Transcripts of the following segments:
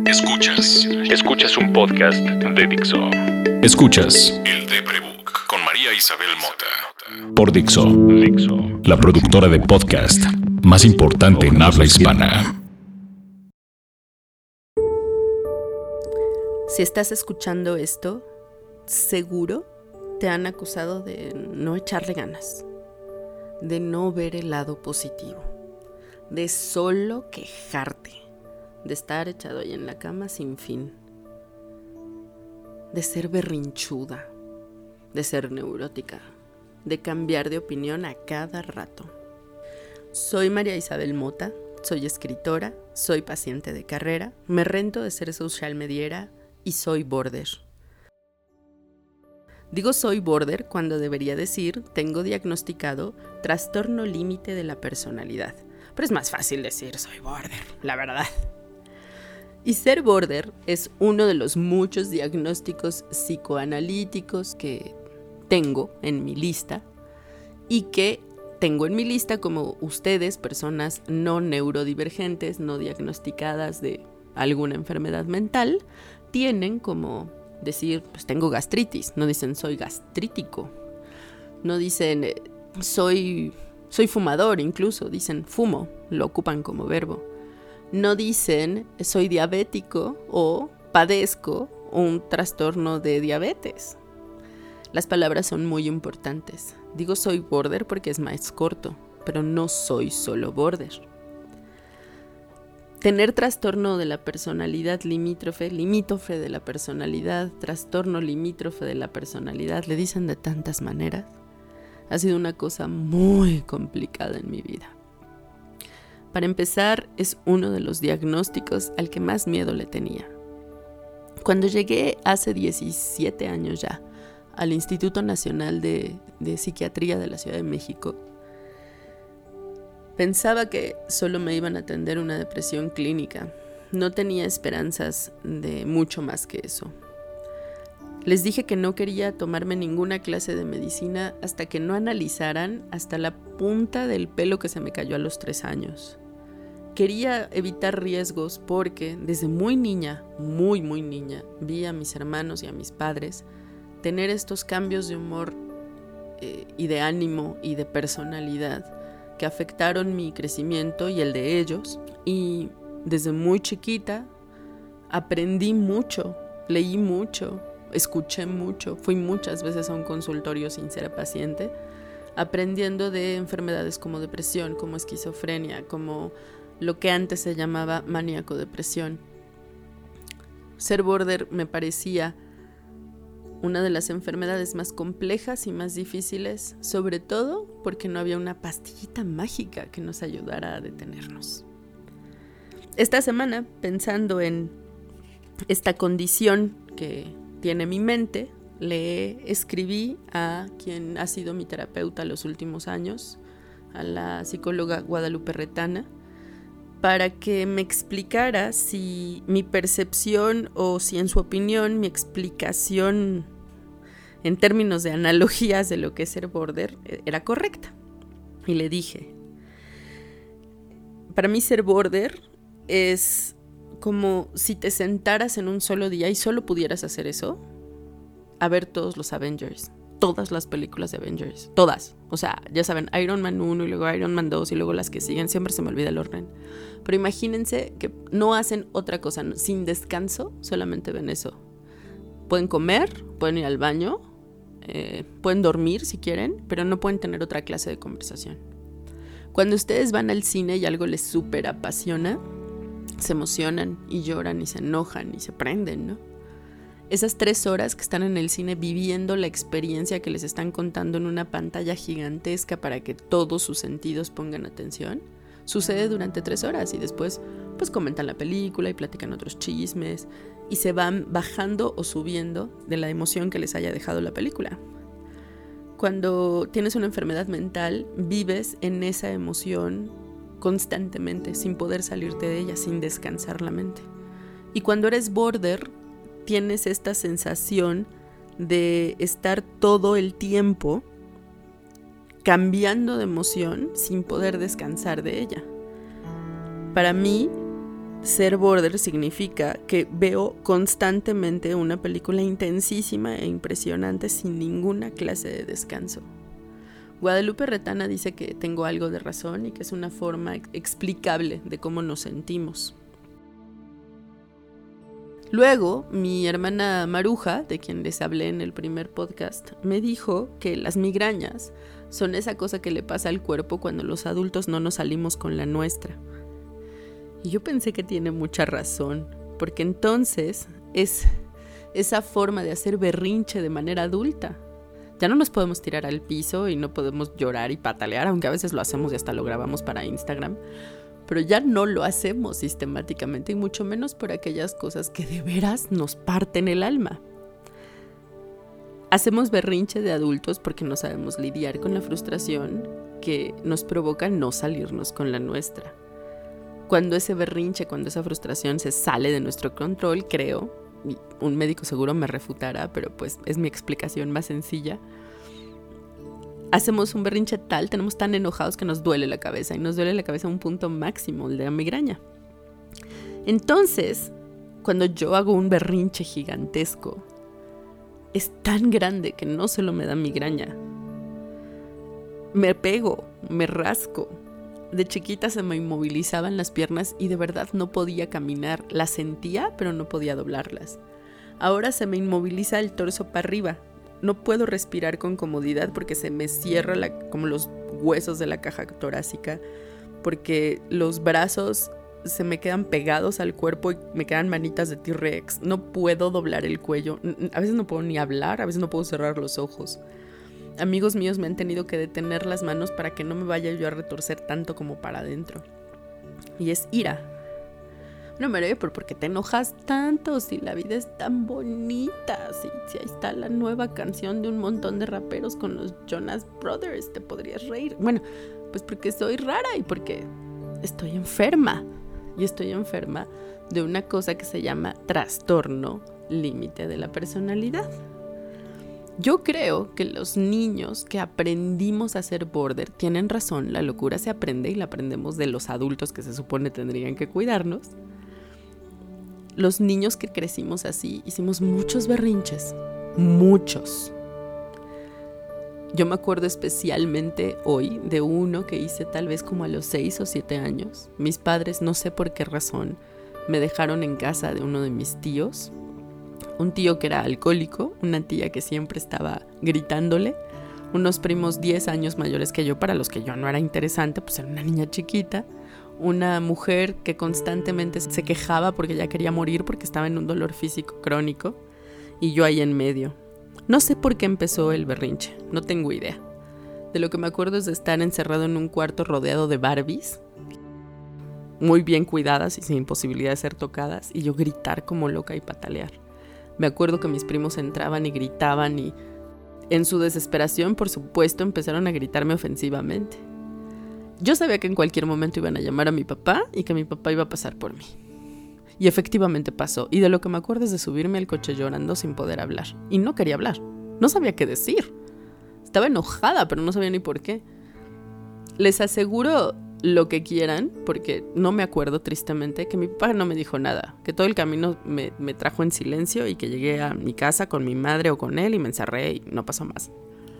Escuchas un podcast de Dixo. Escuchas El Debrebook con María Isabel Mota. por Dixo, la productora de podcast más importante en habla hispana. Si estás escuchando esto, seguro te han acusado de no echarle ganas, de no ver el lado positivo, de solo quejarte, de estar echado ahí en la cama sin fin, de ser berrinchuda, de ser neurótica, de cambiar de opinión a cada rato. Soy María Isabel Mota, soy escritora, soy paciente de carrera, me rento de ser social mediera y soy border. Digo soy border cuando debería decir tengo diagnosticado trastorno límite de la personalidad, pero es más fácil decir soy border, la verdad. Y ser border es uno de los muchos diagnósticos psicoanalíticos que tengo en mi lista y que tengo en mi lista como ustedes, personas no neurodivergentes, no diagnosticadas de alguna enfermedad mental, tienen como decir, pues tengo gastritis, no dicen soy gastrítico, no dicen soy fumador, incluso dicen fumo, lo ocupan como verbo. No dicen soy diabético o padezco un trastorno de diabetes. Las palabras son muy importantes. Digo soy border porque es más corto, pero no soy solo border. Tener trastorno de la personalidad limítrofe de la personalidad, trastorno limítrofe de la personalidad, le dicen de tantas maneras. Ha sido una cosa muy complicada en mi vida. Para empezar, es uno de los diagnósticos al que más miedo le tenía. Cuando llegué hace 17 años ya al Instituto Nacional de Psiquiatría de la Ciudad de México, pensaba que solo me iban a atender una depresión clínica. No tenía esperanzas de mucho más que eso. Les dije que no quería tomarme ninguna clase de medicina hasta que no analizaran hasta la punta del pelo que se me cayó a los 3 años. Quería evitar riesgos porque desde muy niña, muy niña, vi a mis hermanos y a mis padres tener estos cambios de humor y de ánimo y de personalidad que afectaron mi crecimiento y el de ellos. Y desde muy chiquita aprendí mucho, leí mucho, escuché mucho, fui muchas veces a un consultorio sin ser paciente, aprendiendo de enfermedades como depresión, como esquizofrenia, como lo que antes se llamaba maníaco-depresión. Ser border me parecía una de las enfermedades más complejas y más difíciles, sobre todo porque no había una pastillita mágica que nos ayudara a detenernos. Esta semana, pensando en esta condición que tiene mi mente, le escribí a quien ha sido mi terapeuta los últimos años, a la psicóloga Guadalupe Retana, para que me explicara si mi percepción o si en su opinión mi explicación en términos de analogías de lo que es ser border era correcta. Y le dije, para mí ser border es como si te sentaras en un solo día y solo pudieras hacer eso, a ver todos los Avengers, todas las películas de Avengers, todas. O sea, ya saben, Iron Man 1 y luego Iron Man 2 y luego las que siguen, siempre se me olvida el orden. Pero imagínense que no hacen otra cosa, sin descanso, solamente ven eso. Pueden comer, pueden ir al baño, pueden dormir si quieren, pero no pueden tener otra clase de conversación. Cuando ustedes van al cine y algo les súper apasiona, se emocionan y lloran y se enojan y se prenden, ¿no? Esas 3 horas que están en el cine viviendo la experiencia que les están contando en una pantalla gigantesca para que todos sus sentidos pongan atención, sucede durante 3 horas y después pues comentan la película y platican otros chismes y se van bajando o subiendo de la emoción que les haya dejado la película. Cuando tienes una enfermedad mental, vives en esa emoción constantemente, sin poder salirte de ella, sin descansar la mente. Y cuando eres border, tienes esta sensación de estar todo el tiempo cambiando de emoción sin poder descansar de ella. Para mí, ser border significa que veo constantemente una película intensísima e impresionante sin ninguna clase de descanso. Guadalupe Retana dice que tengo algo de razón y que es una forma explicable de cómo nos sentimos. Luego, mi hermana Maruja, de quien les hablé en el primer podcast, me dijo que las migrañas son esa cosa que le pasa al cuerpo cuando los adultos no nos salimos con la nuestra. Y yo pensé que tiene mucha razón, porque entonces es esa forma de hacer berrinche de manera adulta. Ya no nos podemos tirar al piso y no podemos llorar y patalear, aunque a veces lo hacemos y hasta lo grabamos para Instagram, pero ya no lo hacemos sistemáticamente y mucho menos por aquellas cosas que de veras nos parten el alma. Hacemos berrinche de adultos porque no sabemos lidiar con la frustración que nos provoca no salirnos con la nuestra. Cuando ese berrinche, cuando esa frustración se sale de nuestro control, creo, y un médico seguro me refutará, pero pues es mi explicación más sencilla, hacemos un berrinche tal, tenemos tan enojados que nos duele la cabeza, y nos duele la cabeza a un punto máximo, el de la migraña. Entonces, cuando yo hago un berrinche gigantesco, es tan grande que no solo me da migraña. Me pego, me rasco. De chiquita se me inmovilizaban las piernas y de verdad no podía caminar. Las sentía, pero no podía doblarlas. Ahora se me inmoviliza el torso para arriba. No puedo respirar con comodidad porque se me cierra como los huesos de la caja torácica, porque los brazos se me quedan pegados al cuerpo y me quedan manitas de T-Rex. No puedo doblar el cuello. A veces no puedo ni hablar, a veces no puedo cerrar los ojos. Amigos míos me han tenido que detener las manos para que no me vaya yo a retorcer tanto como para adentro. Y es ira. No, María, pero ¿por qué te enojas tanto? Si la vida es tan bonita. Si ahí está la nueva canción de un montón de raperos con los Jonas Brothers, te podrías reír. Bueno, pues porque soy rara y porque estoy enferma. Y estoy enferma de una cosa que se llama trastorno límite de la personalidad. Yo creo que los niños que aprendimos a ser border tienen razón. La locura se aprende y la aprendemos de los adultos que se supone tendrían que cuidarnos. Los niños que crecimos así hicimos muchos berrinches, muchos. Yo me acuerdo especialmente hoy de uno que hice tal vez como a los 6 o 7 años. Mis padres, no sé por qué razón, me dejaron en casa de uno de mis tíos. Un tío que era alcohólico, una tía que siempre estaba gritándole, unos primos 10 años mayores que yo, para los que yo no era interesante, pues era una niña chiquita, una mujer que constantemente se quejaba porque ya quería morir porque estaba en un dolor físico crónico, y yo ahí en medio. No sé por qué empezó el berrinche, no tengo idea. De lo que me acuerdo es de estar encerrado en un cuarto rodeado de Barbies, muy bien cuidadas y sin posibilidad de ser tocadas, y yo gritar como loca y patalear. Me acuerdo que mis primos entraban y gritaban y en su desesperación, por supuesto, empezaron a gritarme ofensivamente. Yo sabía que en cualquier momento iban a llamar a mi papá y que mi papá iba a pasar por mí. Y efectivamente pasó. Y de lo que me acuerdo es de subirme al coche llorando sin poder hablar. Y no quería hablar. No sabía qué decir. Estaba enojada, pero no sabía ni por qué. Les aseguro lo que quieran, porque no me acuerdo tristemente, que mi papá no me dijo nada, que todo el camino me trajo en silencio y que llegué a mi casa con mi madre o con él y me encerré y no pasó más.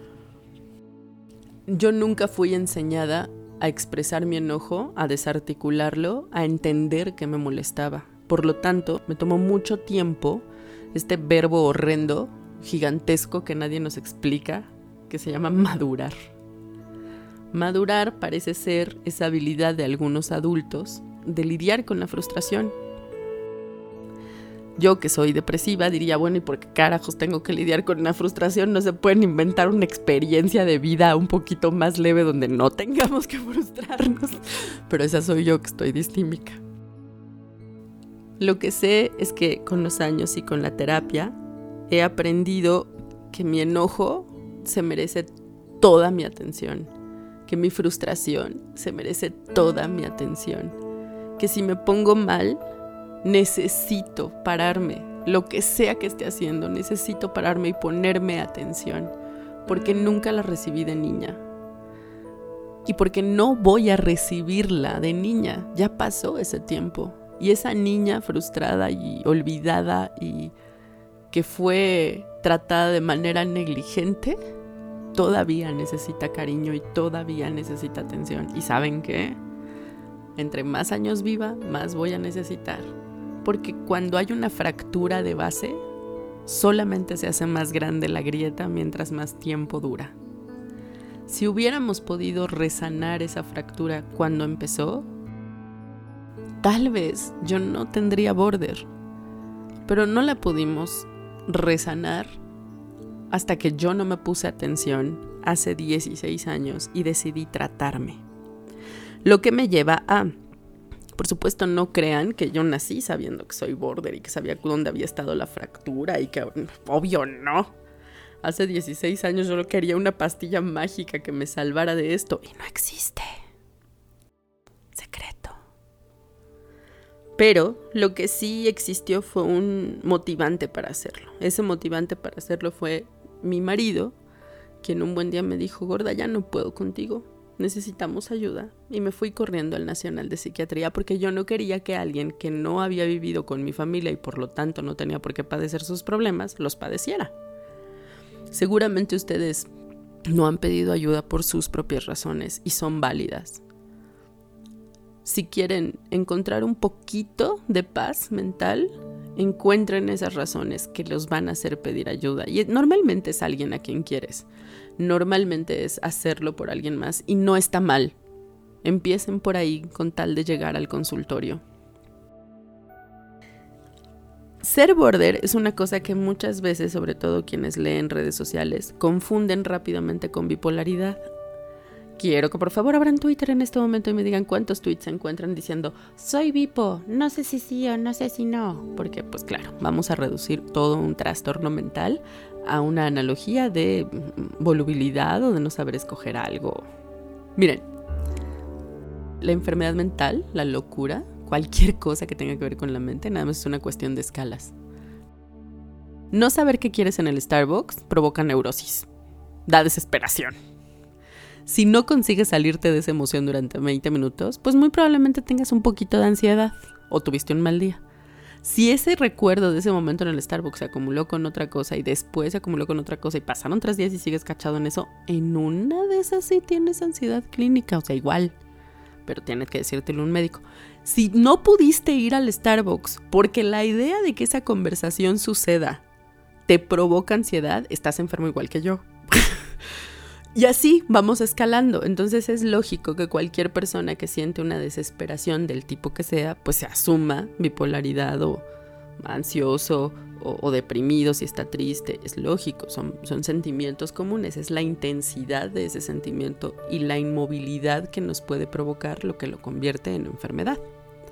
Yo nunca fui enseñada a expresar mi enojo, a desarticularlo, a entender que me molestaba. Por lo tanto, me tomó mucho tiempo este verbo horrendo, gigantesco que nadie nos explica, que se llama madurar. Madurar parece ser esa habilidad de algunos adultos de lidiar con la frustración. Yo, que soy depresiva, diría, bueno, ¿y por qué carajos tengo que lidiar con una frustración? ¿No se pueden inventar una experiencia de vida un poquito más leve donde no tengamos que frustrarnos? Pero esa soy yo, que estoy distímica. Lo que sé es que con los años y con la terapia he aprendido que mi enojo se merece toda mi atención, que mi frustración se merece toda mi atención, que si me pongo mal, necesito pararme, lo que sea que esté haciendo, necesito pararme y ponerme atención, porque nunca la recibí de niña y porque no voy a recibirla de niña, ya pasó ese tiempo. Y esa niña frustrada y olvidada y que fue tratada de manera negligente, todavía necesita cariño y todavía necesita atención. ¿Y saben qué? Entre más años viva, más voy a necesitar. Porque cuando hay una fractura de base, solamente se hace más grande la grieta mientras más tiempo dura. Si hubiéramos podido resanar esa fractura cuando empezó, tal vez yo no tendría border. Pero no la pudimos resanar hasta que yo no me puse atención hace 16 años y decidí tratarme. Lo que me lleva a... Por supuesto, no crean que yo nací sabiendo que soy border y que sabía dónde había estado la fractura y que... Obvio, no. Hace 16 años yo quería una pastilla mágica que me salvara de esto. Y no existe. Secreto. Pero lo que sí existió fue un motivante para hacerlo. Ese motivante para hacerlo fue mi marido, quien un buen día me dijo: gorda, ya no puedo contigo. Necesitamos ayuda. Y me fui corriendo al Nacional de Psiquiatría porque yo no quería que alguien que no había vivido con mi familia y por lo tanto no tenía por qué padecer sus problemas, los padeciera. Seguramente ustedes no han pedido ayuda por sus propias razones y son válidas. Si quieren encontrar un poquito de paz mental, encuentren esas razones que los van a hacer pedir ayuda. Y normalmente es alguien a quien quieres. Normalmente es hacerlo por alguien más y no está mal. Empiecen por ahí con tal de llegar al consultorio. Ser border es una cosa que muchas veces, sobre todo quienes leen redes sociales, confunden rápidamente con bipolaridad. Quiero que por favor abran Twitter en este momento y me digan cuántos tweets se encuentran diciendo: soy bipo, no sé si sí o no sé si no. Porque pues claro, vamos a reducir todo un trastorno mental a una analogía de volubilidad o de no saber escoger algo. Miren, la enfermedad mental, la locura, cualquier cosa que tenga que ver con la mente, nada más es una cuestión de escalas. No saber qué quieres en el Starbucks provoca neurosis, da desesperación. Si no consigues salirte de esa emoción durante 20 minutos, pues muy probablemente tengas un poquito de ansiedad o tuviste un mal día. Si ese recuerdo de ese momento en el Starbucks se acumuló con otra cosa y después se acumuló con otra cosa y pasaron 3 días y sigues cachado en eso, en una de esas sí tienes ansiedad clínica, o sea, igual, pero tiene que decírtelo un médico. Si no pudiste ir al Starbucks porque la idea de que esa conversación suceda te provoca ansiedad, estás enfermo igual que yo. Y así vamos escalando. Entonces es lógico que cualquier persona que siente una desesperación del tipo que sea, pues se asuma bipolaridad o ansioso o deprimido si está triste. Es lógico, son sentimientos comunes. Es la intensidad de ese sentimiento y la inmovilidad que nos puede provocar lo que lo convierte en enfermedad.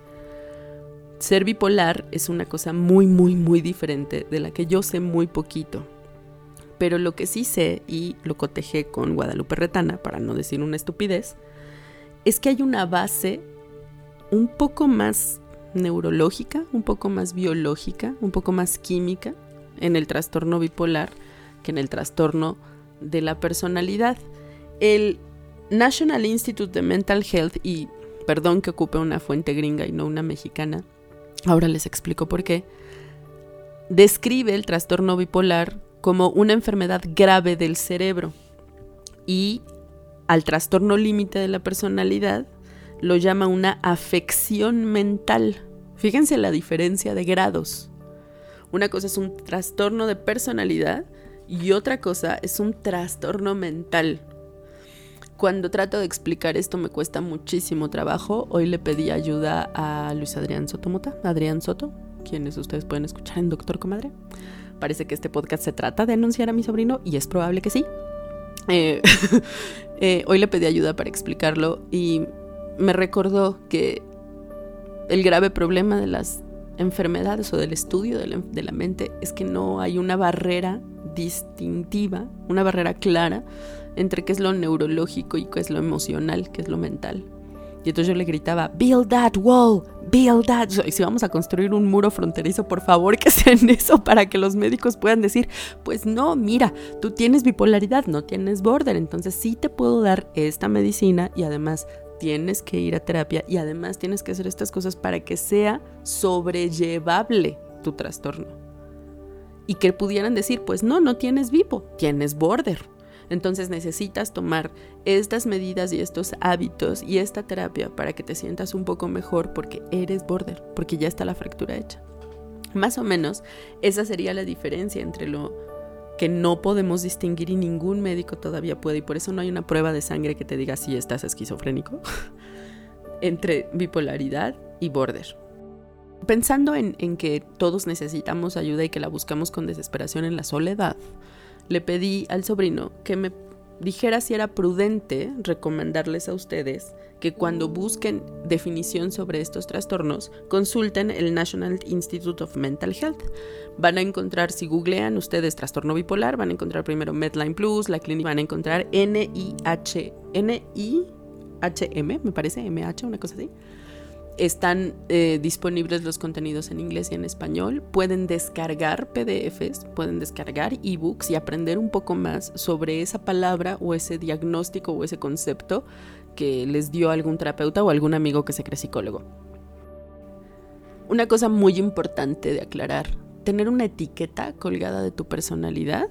Ser bipolar es una cosa muy, muy, muy diferente de la que yo sé muy poquito. Pero lo que sí sé, y lo cotejé con Guadalupe Retana, para no decir una estupidez, es que hay una base un poco más neurológica, un poco más biológica, un poco más química en el trastorno bipolar que en el trastorno de la personalidad. El National Institute of Mental Health, y perdón que ocupe una fuente gringa y no una mexicana, ahora les explico por qué, describe el trastorno bipolar como una enfermedad grave del cerebro y al trastorno límite de la personalidad lo llama una afección mental. Fíjense la diferencia de grados. Una cosa es un trastorno de personalidad y otra cosa es un trastorno mental. Cuando trato de explicar esto me cuesta muchísimo trabajo. Hoy le pedí ayuda a Luis Adrián Sotomota, Adrián Soto, quienes ustedes pueden escuchar en Doctor Comadre. Parece que este podcast se trata de anunciar a mi sobrino y es probable que sí. Hoy le pedí ayuda para explicarlo y me recordó que el grave problema de las enfermedades o del estudio de la mente es que no hay una barrera distintiva, una barrera clara entre qué es lo neurológico y qué es lo emocional, qué es lo mental. Y entonces yo le gritaba: build that wall, build that. Y si vamos a construir un muro fronterizo, por favor que sea en eso, para que los médicos puedan decir: pues no, mira, tú tienes bipolaridad, no tienes border, entonces sí te puedo dar esta medicina y además tienes que ir a terapia y además tienes que hacer estas cosas para que sea sobrellevable tu trastorno. Y que pudieran decir, pues no tienes bipo, tienes border. Entonces necesitas tomar estas medidas y estos hábitos y esta terapia para que te sientas un poco mejor porque eres border, porque ya está la fractura hecha. Más o menos, esa sería la diferencia entre lo que no podemos distinguir y ningún médico todavía puede, y por eso no hay una prueba de sangre que te diga si estás esquizofrénico, entre bipolaridad y border. Pensando en que todos necesitamos ayuda y que la buscamos con desesperación en la soledad, le pedí al sobrino que me dijera si era prudente recomendarles a ustedes que cuando busquen definición sobre estos trastornos, consulten el National Institute of Mental Health. Van a encontrar, si googlean ustedes trastorno bipolar, van a encontrar primero Medline Plus, la clínica, van a encontrar NIHM, me parece, MH, una cosa así. Están disponibles los contenidos en inglés y en español. Pueden descargar PDFs, pueden descargar ebooks y aprender un poco más sobre esa palabra o ese diagnóstico o ese concepto que les dio algún terapeuta o algún amigo que se cree psicólogo. Una cosa muy importante de aclarar: tener una etiqueta colgada de tu personalidad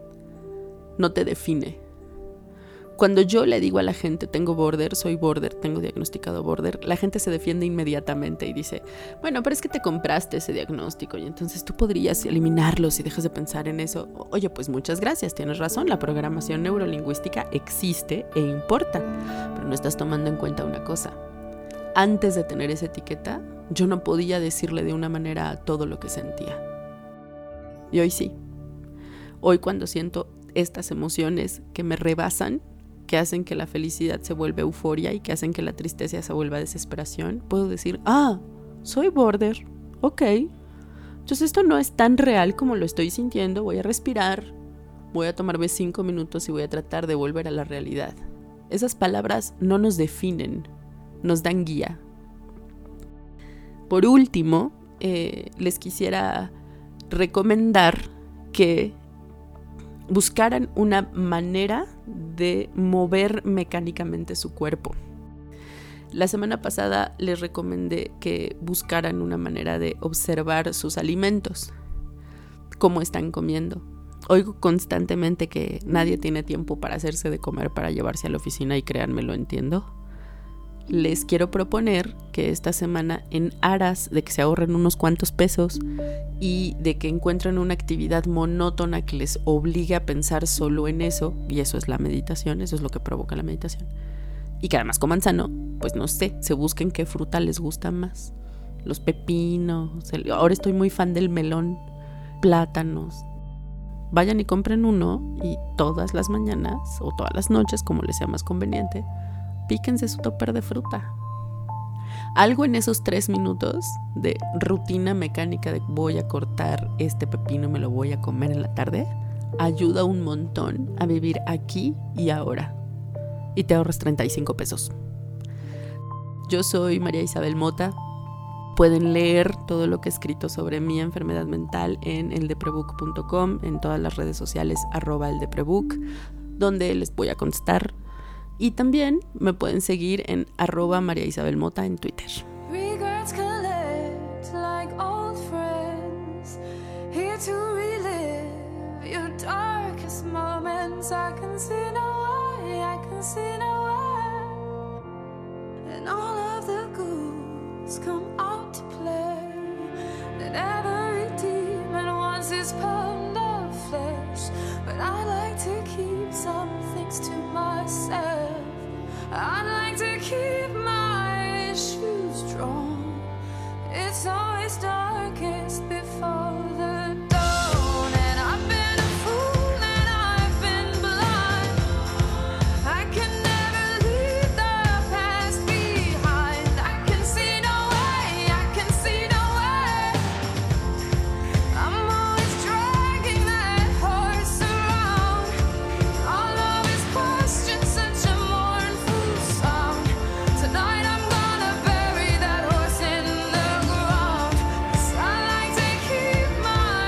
no te define. Cuando yo le digo a la gente, tengo border, soy border, tengo diagnosticado border, la gente se defiende inmediatamente y dice, bueno, pero es que te compraste ese diagnóstico y entonces tú podrías eliminarlo si dejas de pensar en eso. Oye, pues muchas gracias, tienes razón, la programación neurolingüística existe e importa, pero no estás tomando en cuenta una cosa. Antes de tener esa etiqueta, yo no podía decirle de una manera todo lo que sentía. Y hoy sí. Hoy cuando siento estas emociones que me rebasan, que hacen que la felicidad se vuelva euforia y que hacen que la tristeza se vuelva desesperación, puedo decir, soy border, ok. Entonces esto no es tan real como lo estoy sintiendo, voy a respirar, voy a tomarme 5 minutos y voy a tratar de volver a la realidad. Esas palabras no nos definen, nos dan guía. Por último, les quisiera recomendar que buscaran una manera de mover mecánicamente su cuerpo. La semana pasada les recomendé que buscaran una manera de observar sus alimentos, cómo están comiendo. Oigo constantemente que nadie tiene tiempo para hacerse de comer para llevarse a la oficina y créanme, lo entiendo. Les quiero proponer que esta semana, en aras de que se ahorren unos cuantos pesos y de que encuentren una actividad monótona que les obligue a pensar solo en eso, y eso es la meditación, eso es lo que provoca la meditación, y que además coman sano, pues no sé, se busquen qué fruta les gusta más. Los pepinos, ahora estoy muy fan del melón, plátanos. Vayan y compren uno y todas las mañanas o todas las noches, como les sea más conveniente, píquense su tupper de fruta. Algo en esos 3 minutos de rutina mecánica de voy a cortar este pepino y me lo voy a comer en la tarde, ayuda un montón a vivir aquí y ahora. Y te ahorras 35 pesos. Yo soy María Isabel Mota. Pueden leer todo lo que he escrito sobre mi enfermedad mental en eldeprebook.com, en todas las redes sociales @eldeprebook, donde les voy a contestar. Y también me pueden seguir en @María Isabel Mota en Twitter. Regrets collect like old friends, here to relive your darkest moments. I can see no way, I can see no way. And all of the ghouls come out to play. And every demon wants his pound of flesh. But I like to keep some things to myself. I'd like to keep my shoes drawn. It's always darkest before the dawn. And I've been a fool and I've been blind. I can never leave the past behind. I can see no way, I can see no way. I'm always dragging that horse around. All of his questions, such a mournful sound. Tonight I'm gonna bury that horse in the ground. 'Cause I like to keep my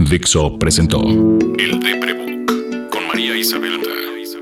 Dixo presentó El Deprebook con María Isabel Mota.